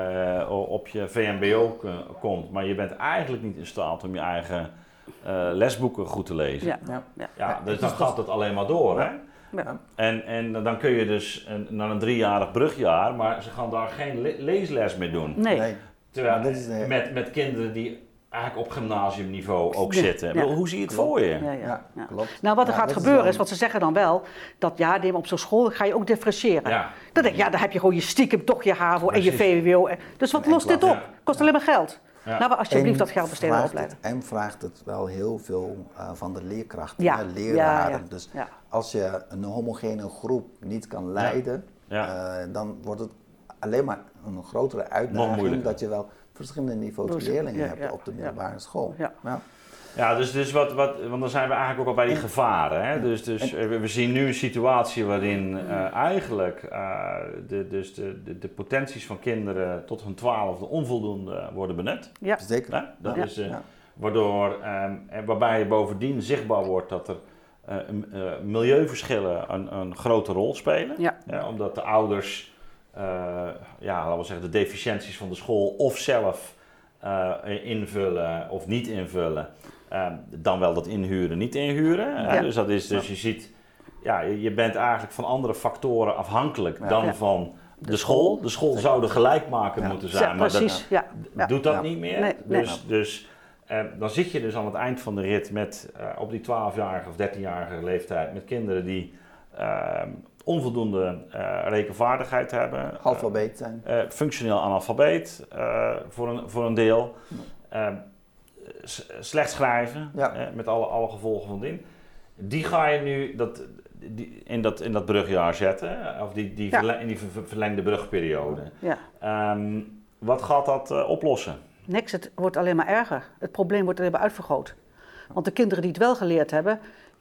op je VMBO komt, maar je bent eigenlijk niet in staat om je eigen lesboeken goed te lezen. Dus dan gaat het alleen maar door, hè? Ja. En dan kun je dus naar een 3-jarig brugjaar, maar ze gaan daar geen leesles mee doen. Nee. Terwijl met kinderen die eigenlijk op gymnasiumniveau ook zitten. Hoe zie je het voor je? Ja, klopt. Nou, wat er gaat gebeuren is, want ze zeggen dan wel, dat op zo'n school ga je ook differentiëren. Dan denk je, dan heb je gewoon je stiekem toch je HAVO en je VWO. Dus wat lost dit op? Kost alleen maar geld. Laten we alsjeblieft dat geld besteden op opleiden. En vraagt het wel heel veel van de leerkrachten, leraren. Dus als je een homogene groep niet kan leiden, dan wordt het alleen maar een grotere uitdaging dat je wel verschillende niveaus leerlingen hebt op de middelbare school. Ja, dus want dan zijn we eigenlijk ook al bij die gevaren. Hè? Dus we zien nu een situatie waarin eigenlijk de potenties van kinderen tot hun 12e onvoldoende worden benut. Ja, zeker. Dat is, waarbij bovendien zichtbaar wordt dat er milieuverschillen een grote rol spelen. Omdat de ouders, laten we zeggen, de deficiënties van de school of zelf invullen of niet invullen. Dan wel dat inhuren, niet inhuren. Dus dat is, je ziet, je bent eigenlijk van andere factoren afhankelijk dan van de school. De school zou er gelijkmaker moeten zijn, maar dat doet dat niet meer. Dus dan zit je dus aan het eind van de rit met op die 12-jarige of 13-jarige leeftijd met kinderen die onvoldoende rekenvaardigheid hebben. Alfabeet zijn. Functioneel analfabeet voor een deel. Slecht schrijven, met alle gevolgen van dien. Die ga je nu in dat brugjaar zetten, of in die verlengde brugperiode. Wat gaat dat oplossen? Niks, het wordt alleen maar erger. Het probleem wordt alleen maar uitvergroot. Want de kinderen die het wel geleerd hebben,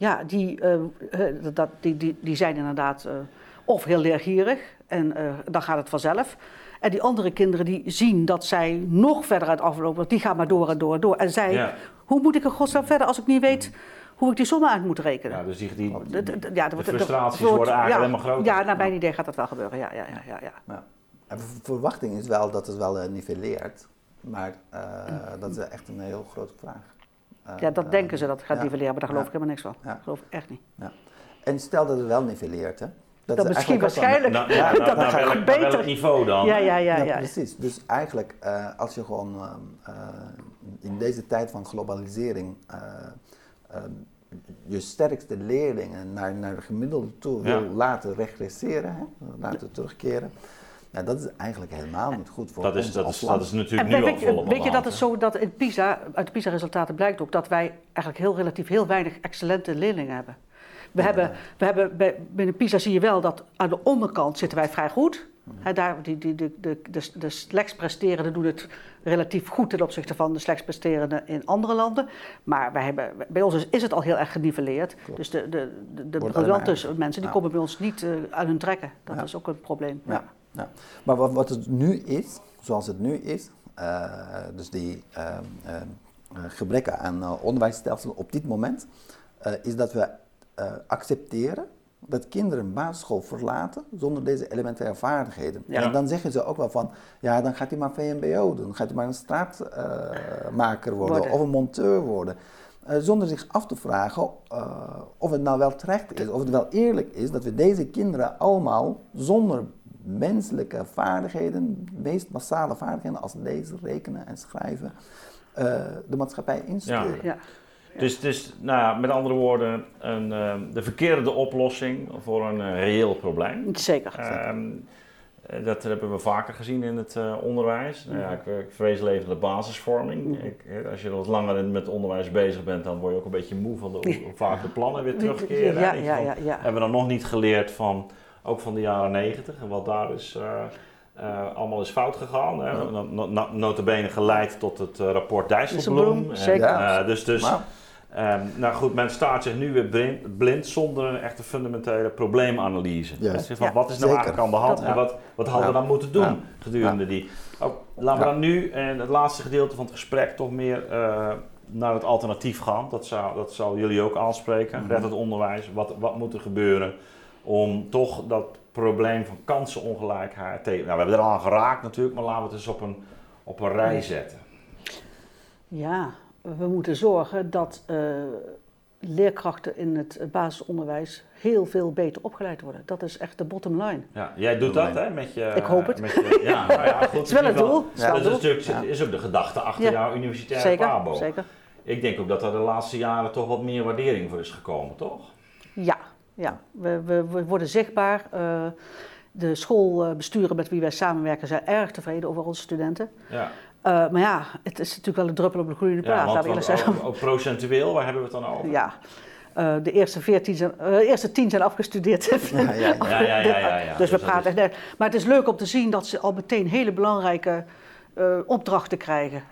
die zijn inderdaad of heel leergierig en dan gaat het vanzelf. En die andere kinderen die zien dat zij nog verder uit aflopen, want die gaan maar door en door en door. En zij, hoe moet ik in godsnaam verder als ik niet weet hoe ik die sommen uit moet rekenen? Ja, dus de frustraties worden eigenlijk alleen maar groter. Ja, naar mijn idee gaat dat wel gebeuren. Ja. En de verwachting is wel dat het wel niveleert, maar dat is echt een heel grote vraag. dat denken ze dat het gaat nivelleren, maar daar geloof ik helemaal niks van. Ja. Dat geloof ik echt niet. Ja. En stel dat het wel nivelleert, hè? Dat misschien waarschijnlijk. Dat gaat beter. Welk niveau dan? Ja. Precies. Dus eigenlijk, als je gewoon in deze tijd van globalisering je sterkste leerlingen naar de gemiddelde toe wil laten regresseren, hè? Laten terugkeren. Nou, dat is eigenlijk helemaal niet goed voor ons als land. Dat is natuurlijk nu al volop. Weet je dat het zo dat in PISA, uit de PISA-resultaten blijkt ook dat wij eigenlijk relatief heel weinig excellente leerlingen hebben. We hebben binnen PISA zie je wel dat aan de onderkant zitten wij vrij goed. Daar, de slechts presterenden doen het relatief goed ten opzichte van de slechts presterenden in andere landen. Maar bij ons is het al heel erg geniveleerd. Klopt. Dus de briljante mensen die komen bij ons niet aan hun trekken. Dat is ook een probleem. Ja. Ja. Maar wat het nu is, zoals het nu is, dus die gebreken aan onderwijsstelsel op dit moment, is dat we accepteren dat kinderen een basisschool verlaten zonder deze elementaire vaardigheden. Ja. En dan zeggen ze ook wel van, dan gaat hij maar VMBO doen, dan gaat hij maar een straatmaker worden of een monteur worden. Zonder zich af te vragen of het nou wel terecht is, of het wel eerlijk is dat we deze kinderen allemaal zonder menselijke vaardigheden, de meest basale vaardigheden als lezen, rekenen en schrijven, de maatschappij insturen. Ja. Dus met andere woorden, de verkeerde oplossing voor een reëel probleem. Zeker. Dat hebben we vaker gezien in het onderwijs. Ik vrees even de basisvorming. Als je wat langer met onderwijs bezig bent, dan word je ook een beetje moe van hoe vaak de plannen weer terugkeren. Hebben we dan nog niet geleerd ook van de jaren 90 en wat daar is allemaal is fout gegaan. Nota bene geleid tot het rapport Dijsselbloem. Zeker. Nou goed, men staat zich nu weer blind zonder een echte fundamentele probleemanalyse. Wat is nou eigenlijk aan de hand en wat hadden we dan moeten doen gedurende die... Laten we dan nu in het laatste gedeelte van het gesprek toch meer naar het alternatief gaan. Dat zal jullie ook aanspreken. Red het onderwijs. Wat moet er gebeuren om toch dat probleem van kansenongelijkheid tegen... Nou, we hebben er al aan geraakt natuurlijk, maar laten we het eens op een rij zetten. Ja, we moeten zorgen dat leerkrachten in het basisonderwijs heel veel beter opgeleid worden. Dat is echt de bottom line. Ja, jij doet dat, hè? Met je, ik hoop het. Goed, het is wel het doel. Dat is ook de gedachte achter jouw universitaire PABO. Zeker. Ik denk ook dat er de laatste jaren toch wat meer waardering voor is gekomen, toch? Ja, we worden zichtbaar. De schoolbesturen met wie wij samenwerken zijn erg tevreden over onze studenten. Ja. Maar het is natuurlijk wel een druppel op de gloeiende plaat. Ook procentueel, waar hebben we het dan over? Ja, de eerste 10 zijn afgestudeerd. Dus we praten echt net. Maar het is leuk om te zien dat ze al meteen hele belangrijke opdrachten krijgen.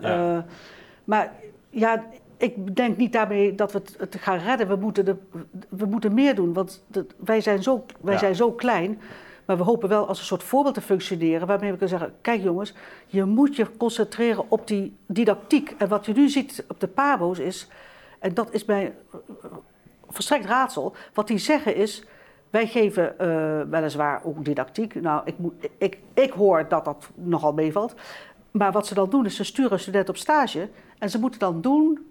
Maar ik denk niet daarmee dat we het gaan redden. We moeten meer doen, want wij zijn zo klein. Maar we hopen wel als een soort voorbeeld te functioneren, waarmee we kunnen zeggen, kijk jongens, je moet je concentreren op die didactiek. En wat je nu ziet op de PABO's is, en dat is mij volstrekt raadsel, wat die zeggen is, wij geven weliswaar ook didactiek. Nou, ik hoor dat dat nogal meevalt. Maar wat ze dan doen is, ze sturen een student op stage en ze moeten dan doen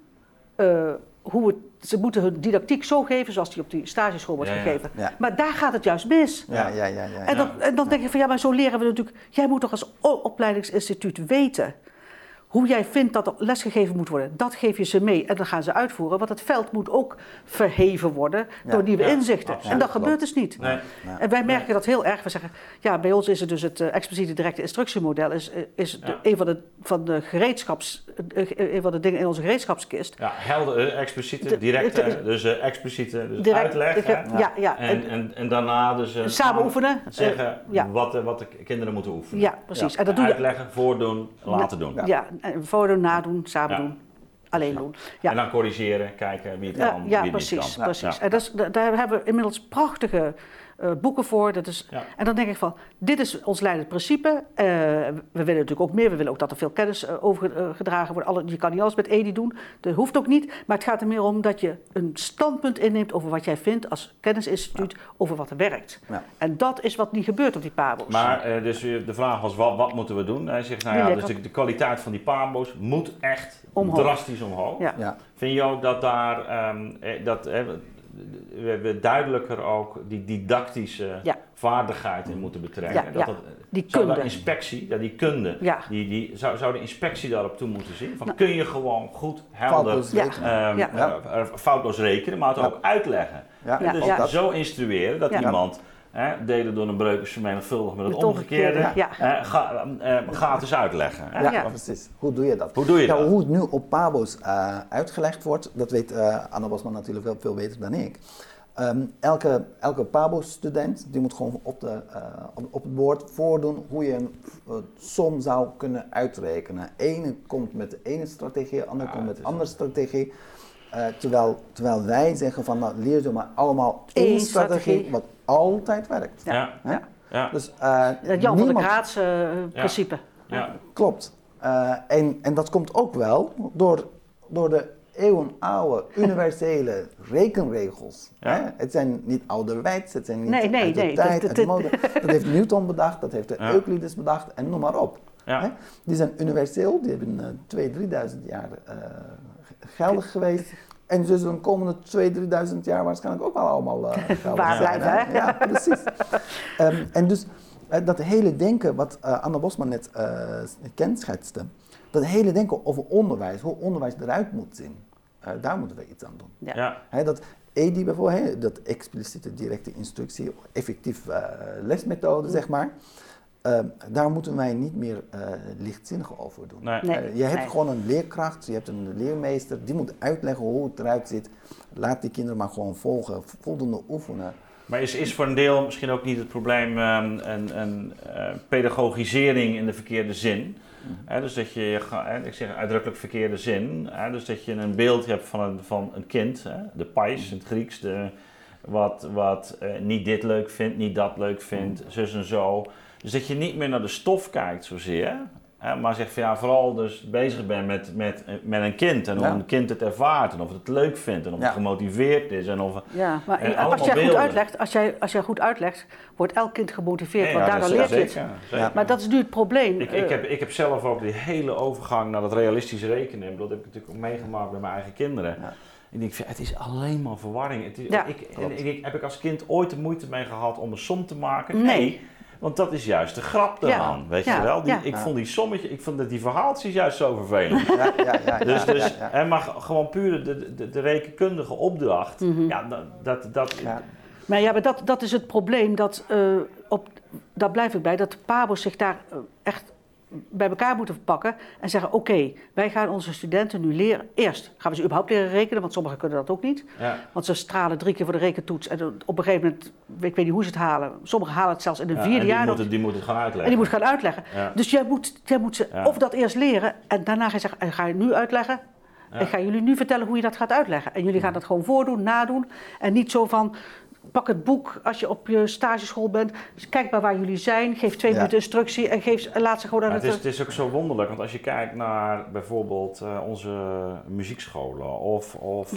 ze moeten hun didactiek zo geven zoals die op die stageschool wordt gegeven. Ja. Maar daar gaat het juist mis. En dan denk je van maar zo leren we natuurlijk. Jij moet toch als opleidingsinstituut weten hoe jij vindt dat er lesgegeven moet worden. Dat geef je ze mee en dan gaan ze uitvoeren. Want het veld moet ook verheven worden door nieuwe inzichten. Absoluut. En dat gebeurt dus niet. Nee. En wij merken dat heel erg. We zeggen, bij ons is het dus het expliciete directe instructiemodel is een van de dingen in onze gereedschapskist. Ja, helder, expliciete, directe, dus expliciete, dus direct, uitleg. En daarna dus samen oefenen. Zeggen wat de kinderen moeten oefenen. Ja, precies. En dat doe je uitleggen, voordoen, laten doen. Ja, voordoen, nadoen, samen doen, alleen doen. Ja. En dan corrigeren, kijken wie het kan, wie het niet kan. Precies. En daar hebben we inmiddels prachtige boeken voor. En dan denk ik van, dit is ons leidend principe. We willen natuurlijk ook meer. We willen ook dat er veel kennis overgedragen wordt. Je kan niet alles met EDI doen. Dat hoeft ook niet. Maar het gaat er meer om dat je een standpunt inneemt over wat jij vindt als kennisinstituut over wat er werkt. Ja. En dat is wat niet gebeurt op die PABO's. Maar dus de vraag was, wat moeten we doen? Hij zegt, dus de kwaliteit van die PABO's moet echt drastisch omhoog. Ja. Ja. Vind je ook dat daar, we duidelijker ook die didactische vaardigheid in moeten betrekken? Die kunde. Die kunde, zou de inspectie daarop toe moeten zien? Van, kun je gewoon goed, helder, foutloos rekenen, maar het ook uitleggen? Dus zo instrueren dat iemand... delen door een breuk is vermenigvuldigd met het omgekeerde. Ga het eens uitleggen. Ja, precies. Hoe doe je dat? Hoe het nu op PABO's uitgelegd wordt, dat weet Anna Bosman natuurlijk wel veel beter dan ik. Elke PABO-student die moet gewoon op het bord voordoen hoe je een som zou kunnen uitrekenen. Ene komt met de ene strategie, de andere komt met de andere strategie. Terwijl wij zeggen van, nou, leer ze maar allemaal één strategie wat altijd werkt. Dus, Jan van der Graats principe. Klopt. En dat komt ook wel door de eeuwenoude universele rekenregels. Het zijn niet ouderwets, het zijn niet uit de tijd, uit de mode. Dat heeft Newton bedacht, dat heeft Euclides bedacht en noem maar op. Die zijn universeel, die hebben 2.000-3.000 jaar geldig geweest. En dus de komende 2.000-3.000 jaar waarschijnlijk ook wel allemaal geldig zijn. Ja, precies. En dus dat hele denken wat Anna Bosman net kenschetste, dat hele denken over onderwijs, hoe onderwijs eruit moet zien, daar moeten we iets aan doen. Dat EDI bijvoorbeeld, dat expliciete directe instructie, effectief lesmethode, zeg maar. Daar moeten wij niet meer lichtzinnig over doen. Je hebt gewoon een leerkracht, je hebt een leermeester, die moet uitleggen hoe het eruit ziet. Laat die kinderen maar gewoon volgen, voldoende oefenen. Maar is voor een deel misschien ook niet het probleem een pedagogisering in de verkeerde zin? Dus dat je, ik zeg uitdrukkelijk verkeerde zin, dus dat je een beeld hebt van een kind, de pais in het Grieks, wat niet dit leuk vindt, niet dat leuk vindt, zus en zo. Dus dat je niet meer naar de stof kijkt zozeer, maar zegt van vooral dus bezig bent met een kind en hoe een kind het ervaart en of het het leuk vindt en of het gemotiveerd is en of maar als jij goed uitlegt, als jij goed uitlegt, wordt elk kind gemotiveerd, want daardoor leert je het. Zeker. Maar dat is nu het probleem. Ik heb zelf ook die hele overgang naar dat realistisch rekenen, dat heb ik natuurlijk ook meegemaakt bij mijn eigen kinderen. Ik denk, het is alleen maar verwarring. Heb ik als kind ooit de moeite mee gehad om een som te maken? Nee. Want dat is juist de grap eraan, weet je wel. Ik vond die sommetje, ik vond die verhaaltjes juist zo vervelend. Maar gewoon puur de rekenkundige opdracht, Maar dat is het probleem, daar blijf ik bij, dat de PABO's zich daar echt bij elkaar moeten pakken en zeggen, oké, wij gaan onze studenten nu leren. Eerst gaan we ze überhaupt leren rekenen, want sommigen kunnen dat ook niet. Want ze stralen 3 keer voor de rekentoets en op een gegeven moment, ik weet niet hoe ze het halen. Sommigen halen het zelfs in een 4e jaar. Die moeten het gaan uitleggen. En die moet gaan uitleggen. Dus jij moet ze of dat eerst leren en daarna ga je zeggen, en ga je nu uitleggen? Ik ga jullie nu vertellen hoe je dat gaat uitleggen. En jullie gaan dat gewoon voordoen, nadoen. En niet zo van, pak het boek als je op je stageschool bent. Dus kijk maar waar jullie zijn. Geef 2 minuten instructie en laat ze gewoon aan het is ook zo wonderlijk. Want als je kijkt naar bijvoorbeeld onze muziekscholen of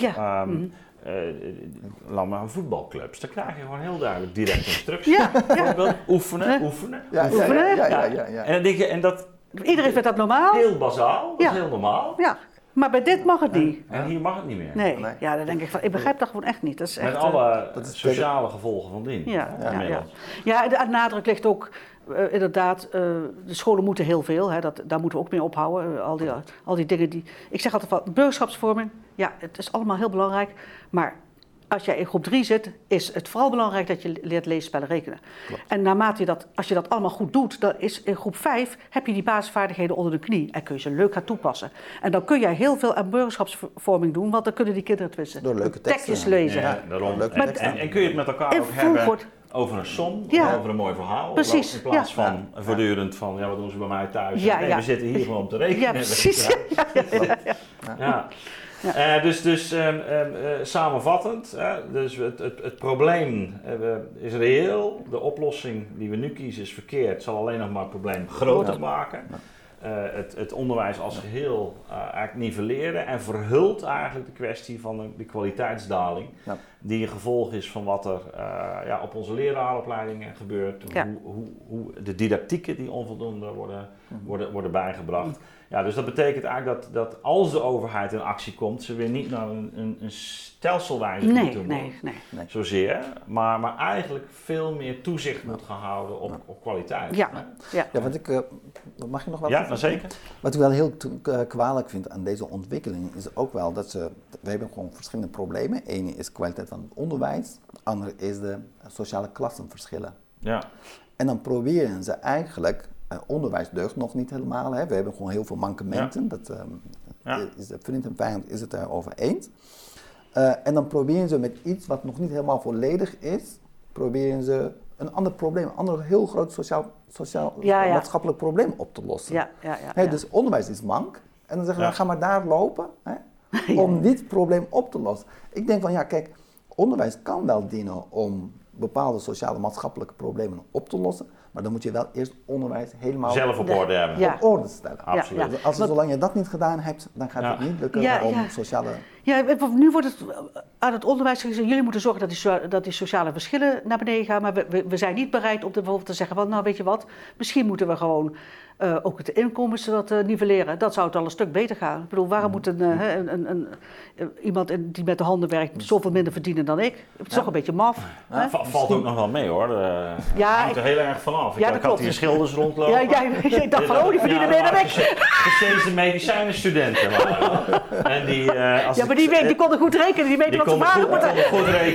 laat maar voetbalclubs. Dan krijg je gewoon heel duidelijk direct instructie. Oefenen. En dan denk je, en dat... Iedereen vindt dat normaal. Heel bazaal, dat is heel normaal. Ja. Maar bij dit mag het niet. En hier mag het niet meer. Nee. Ja, dan denk ik van, ik begrijp dat gewoon echt niet. Dat is echt, met alle sociale gevolgen van dien. Ja, de nadruk ligt ook inderdaad, de scholen moeten heel veel. Daar moeten we ook mee ophouden. Al die dingen die... Ik zeg altijd van, burgerschapsvorming, het is allemaal heel belangrijk. Maar als jij in groep 3 zit, is het vooral belangrijk dat je leert lezen, spellen, rekenen. Klopt. En naarmate als je dat allemaal goed doet, dan is in groep 5 heb je die basisvaardigheden onder de knie en kun je ze leuk gaan toepassen. En dan kun jij heel veel aan burgerschapsvorming doen, want dan kunnen die kinderen het wissen. Door leuke teksten lezen. En kun je het met elkaar ook hebben over een som, over een mooi verhaal. Precies. In plaats van voortdurend van, wat doen ze bij mij thuis? We zitten hier gewoon om te rekenen. Ja, precies. Ja. Dus samenvattend, dus het probleem is reëel. De oplossing die we nu kiezen is verkeerd. Het zal alleen nog maar het probleem groter maken. Ja. Het onderwijs als geheel eigenlijk nivelleren en verhult eigenlijk de kwestie van de kwaliteitsdaling, die een gevolg is van wat er op onze lerarenopleidingen gebeurt, hoe de didactieken die onvoldoende worden bijgebracht. Ja, dus dat betekent eigenlijk dat als de overheid in actie komt, ze weer niet naar een stelselwijze moeten doen, zozeer, maar eigenlijk veel meer toezicht moet gaan houden op kwaliteit. Ja, want mag je nog wat? Ja, nou zeker. Wat ik wel heel kwalijk vind aan deze ontwikkeling is ook wel dat we hebben gewoon verschillende problemen. Eén is kwaliteit van het onderwijs, de andere is de sociale klassenverschillen. Ja. En dan proberen ze eigenlijk, onderwijs deugt nog niet helemaal, hè. We hebben gewoon heel veel mankementen, vriend en vijand is het daarover eens. En dan proberen ze met iets wat nog niet helemaal volledig is, proberen ze een ander probleem, een ander heel groot sociaal maatschappelijk probleem op te lossen. Dus onderwijs is mank en dan zeggen we, ga maar daar lopen om dit probleem op te lossen. Ik denk van kijk, onderwijs kan wel dienen om bepaalde sociale maatschappelijke problemen op te lossen, maar dan moet je wel eerst onderwijs helemaal zelf op orde hebben. Op orde stellen. Absoluut. Ja. Zolang je dat niet gedaan hebt, dan gaat het niet lukken om sociale... Ja, nu wordt het aan het onderwijs gezegd, jullie moeten zorgen dat die sociale verschillen naar beneden gaan, maar we zijn niet bereid om bijvoorbeeld te zeggen van, nou weet je wat, misschien moeten we gewoon ook het inkomens nivelleren. Dat zou het al een stuk beter gaan. Ik bedoel, waarom moet iemand die met de handen werkt zoveel minder verdienen dan ik? Het is toch een beetje maf. Valt ook nog wel mee hoor. Hangt er heel erg vanaf. Ik had hier schilders rondlopen. Ik dacht van, die verdienen meer dan ik. Precies de medicijnenstudenten waren. En die konden goed rekenen, die weten wat ze vragen moeten. Die konden goed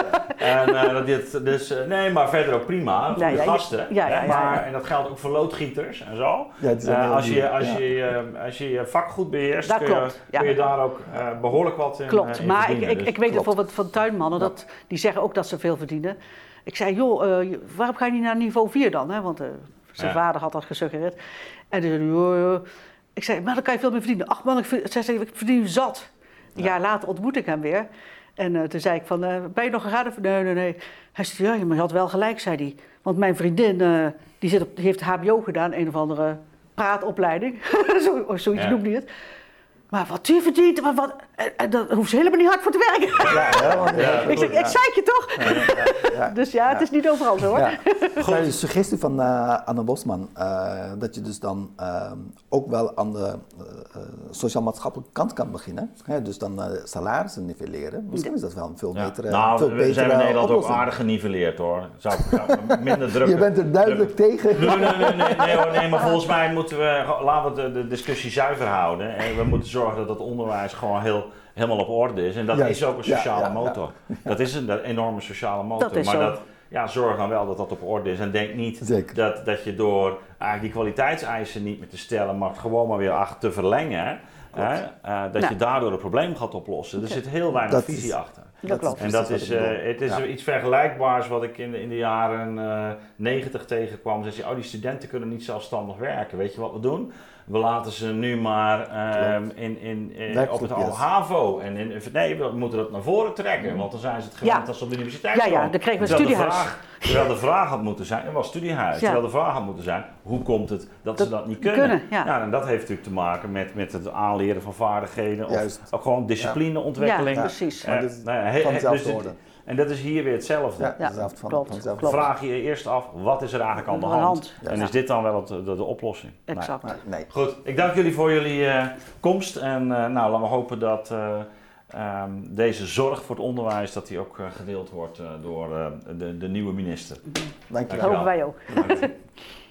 rekenen. En, maar verder ook prima voor de gasten. En dat geldt ook voor loodgieters en zo. Als je je vak goed beheerst, kun je daar ook behoorlijk wat in klopt, maar verdienen. Ik weet bijvoorbeeld van tuinmannen, die zeggen ook dat ze veel verdienen. Ik zei, waarom ga je niet naar niveau 4 dan? Hè? Want zijn vader had dat gesuggereerd. En toen zei ik zei, maar dan kan je veel meer verdienen. Ach man, ik verdien zat. Een jaar later ontmoette ik hem weer. En toen zei ik van, ben je nog gegaan? Nee. Hij zei, maar je had wel gelijk, zei hij. Want mijn vriendin, die heeft HBO gedaan, een of andere praatopleiding. Zoiets noemde hij het. Maar wat u verdient, daar hoeft ze helemaal niet hard voor te werken. Ik zeg, ik zei het je toch? Dus het is niet overal zo hoor. Goed. De suggestie van Anne Bosman, dat je dus dan ook wel aan de sociaal-maatschappelijke kant kan beginnen. Dus dan salarissen nivelleren. Misschien is dat wel een veel betere we zijn in Nederland ook aardig geniveleerd hoor. Zou minder druk. Je bent er duidelijk tegen. Nee, maar volgens mij laten we de discussie zuiver houden. En we moeten zorgen dat het onderwijs gewoon helemaal op orde is. En dat is ook een sociale motor. Dat is een enorme sociale motor. Maar zorg dan wel dat dat op orde is. En denk niet dat je door eigenlijk die kwaliteitseisen niet meer te stellen, maar gewoon maar weer te verlengen, dat je daardoor het probleem gaat oplossen. Er zit heel weinig visie achter. Dat klopt. En dat is, het is iets vergelijkbaars wat ik in de jaren 90 tegenkwam. Die studenten kunnen niet zelfstandig werken. Weet je wat we doen? We laten ze nu maar op het HAVO. We moeten dat naar voren trekken, want dan zijn ze het gewend als ze op de universiteit komen. Dan kregen we een studiehuis. Terwijl de vraag had moeten zijn, er was studiehuis. Terwijl de vraag had moeten zijn, hoe komt het dat ze dat niet kunnen? En dat heeft natuurlijk te maken met het aanleren van vaardigheden. Of ook gewoon disciplineontwikkeling. Ja, precies. Van dezelfde orde. En dat is hier weer hetzelfde. Klopt. Vraag je je eerst af, wat is er eigenlijk aan de hand? En is dit dan wel de oplossing? Exact. Nee. Goed, ik dank jullie voor jullie komst. En laten we hopen dat deze zorg voor het onderwijs dat die ook gedeeld wordt door de nieuwe minister. Dank je wel. Dat hopen wij ook.